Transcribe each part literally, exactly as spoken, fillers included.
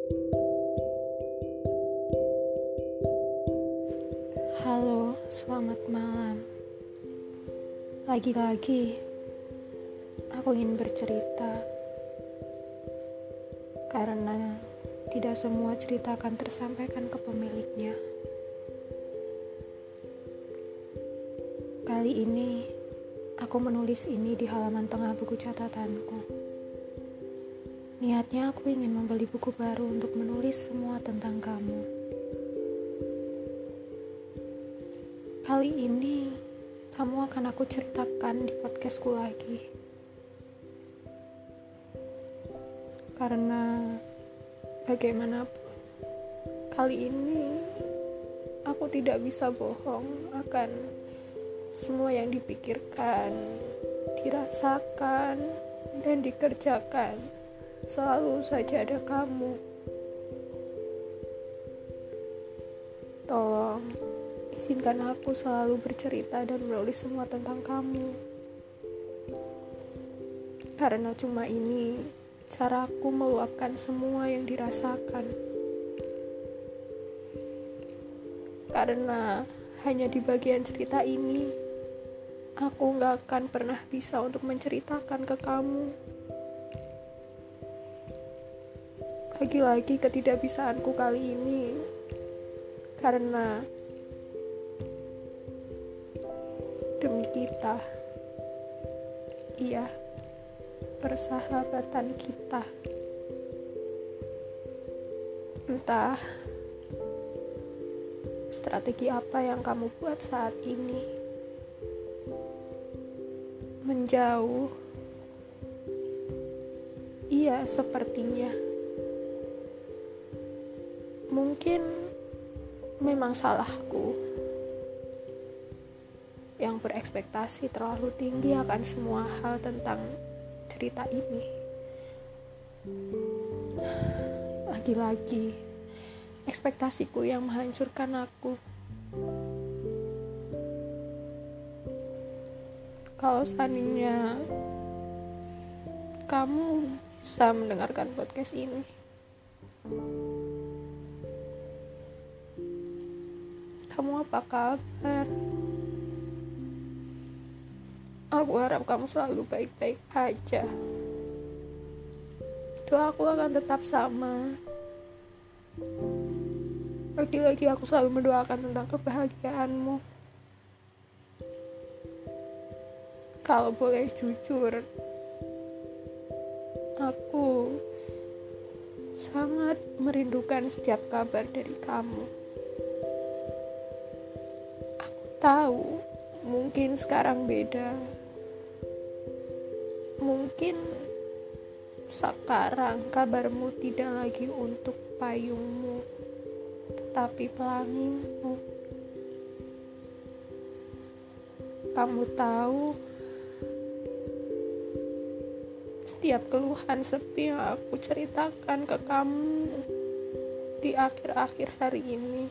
Halo, selamat malam. Lagi-lagi, aku ingin bercerita karena tidak semua cerita akan tersampaikan ke pemiliknya. Kali ini, aku menulis ini di halaman tengah buku catatanku. Niatnya aku ingin membeli buku baru untuk menulis semua tentang kamu. Kali ini, kamu akan aku ceritakan di podcastku lagi. Karena bagaimanapun, kali ini aku tidak bisa bohong akan semua yang dipikirkan, dirasakan, dan dikerjakan. Selalu saja ada kamu. Tolong izinkan aku selalu bercerita dan menulis semua tentang kamu. Karena cuma ini caraku meluapkan semua yang dirasakan. Karena hanya di bagian cerita ini, aku gak akan pernah bisa untuk menceritakan ke kamu. Lagi-lagi ketidakbisaanku kali ini, karena demi kita, iya, persahabatan kita. Entah strategi apa yang kamu buat saat ini. Menjauh, iya, sepertinya. Mungkin memang salahku yang berekspektasi terlalu tinggi akan semua hal tentang cerita ini. Lagi-lagi, ekspektasiku yang menghancurkan aku. Kalau seandainya kamu bisa mendengarkan podcast ini, kamu apa kabar? Aku harap kamu selalu baik-baik aja. Doaku akan tetap sama. Lagi-lagi aku selalu mendoakan tentang kebahagiaanmu. Kalau boleh jujur, aku sangat merindukan setiap kabar dari kamu. Aku tahu mungkin sekarang beda. Mungkin sekarang kabarmu tidak lagi untuk payungmu, tetapi pelangimu. Kamu tahu, setiap keluhan sepi yang aku ceritakan ke kamu di akhir-akhir hari ini,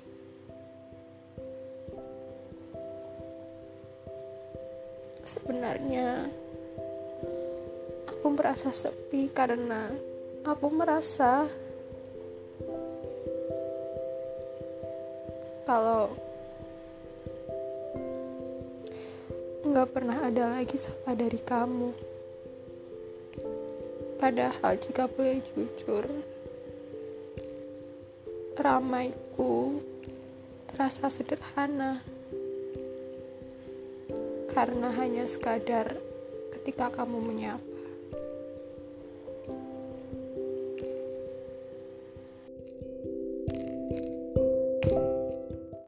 sebenarnya aku merasa sepi karena aku merasa kalau nggak pernah ada lagi sapa dari kamu. Padahal jika boleh jujur, ramaiku terasa sederhana karena hanya sekadar ketika kamu menyapa.